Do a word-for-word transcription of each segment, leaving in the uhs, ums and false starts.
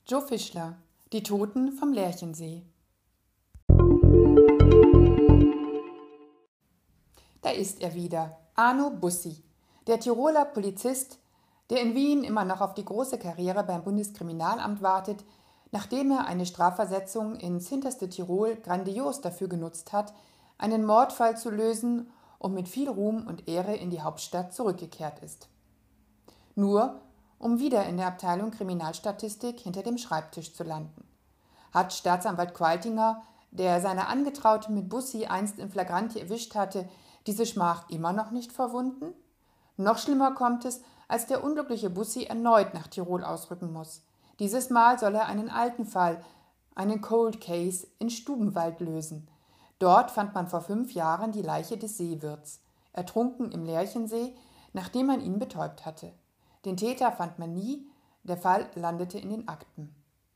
Joe Fischler, Die Toten vom Lerchensee. Da ist er wieder, Arno Bussi, der Tiroler Polizist, der in Wien immer noch auf die große Karriere beim Bundeskriminalamt wartet, nachdem er eine Strafversetzung ins hinterste Tirol grandios dafür genutzt hat, einen Mordfall zu lösen und mit viel Ruhm und Ehre in die Hauptstadt zurückgekehrt ist. Nur, um wieder in der Abteilung Kriminalstatistik hinter dem Schreibtisch zu landen. Hat Staatsanwalt Qualtinger, der seine Angetraute mit Bussi einst in Flagranti erwischt hatte, diese Schmach immer noch nicht verwunden? Noch schlimmer kommt es, als der unglückliche Bussi erneut nach Tirol ausrücken muss. Dieses Mal soll er einen alten Fall, einen Cold Case, in Stubenwald lösen. Dort fand man vor fünf Jahren die Leiche des Seewirts, ertrunken im Lerchensee, nachdem man ihn betäubt hatte. Den Täter fand man nie, der Fall landete in den Akten.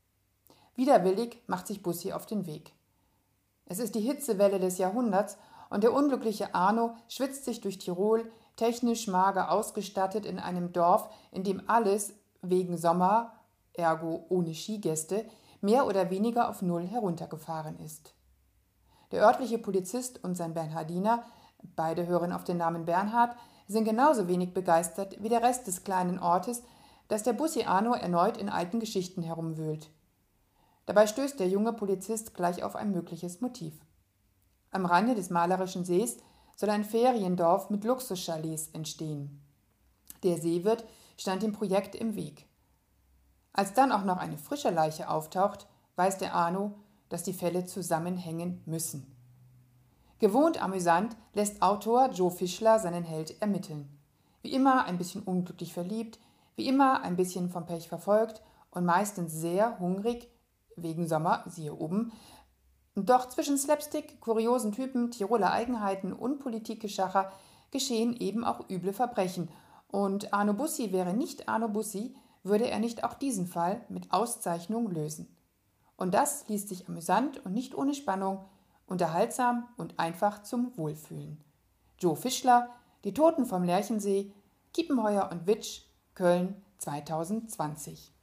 Widerwillig macht sich Bussi auf den Weg. Es ist die Hitzewelle des Jahrhunderts und der unglückliche Arno schwitzt sich durch Tirol, technisch mager ausgestattet in einem Dorf, in dem alles wegen Sommer, ergo ohne Skigäste, mehr oder weniger auf Null heruntergefahren ist. Der örtliche Polizist und sein Bernhardiner, beide hören auf den Namen Bernhard, sind genauso wenig begeistert wie der Rest des kleinen Ortes, dass der Bussi Arno erneut in alten Geschichten herumwühlt. Dabei stößt der junge Polizist gleich auf ein mögliches Motiv. Am Rande des malerischen Sees soll ein Feriendorf mit Luxuschalets entstehen. Der Seewirt stand dem Projekt im Weg. Als dann auch noch eine frische Leiche auftaucht, weiß der Arno, dass die Fälle zusammenhängen müssen. Gewohnt amüsant lässt Autor Joe Fischler seinen Held ermitteln. Wie immer ein bisschen unglücklich verliebt, wie immer ein bisschen vom Pech verfolgt und meistens sehr hungrig, wegen Sommer, siehe oben. Doch zwischen Slapstick, kuriosen Typen, Tiroler Eigenheiten und Politikgeschacher geschehen eben auch üble Verbrechen. Und Arno Bussi wäre nicht Arno Bussi, würde er nicht auch diesen Fall mit Auszeichnung lösen. Und das liest sich amüsant und nicht ohne Spannung, unterhaltsam und einfach zum Wohlfühlen. Joe Fischler, Die Toten vom Lerchensee, Kiepenheuer und Witsch, Köln zweitausendzwanzig.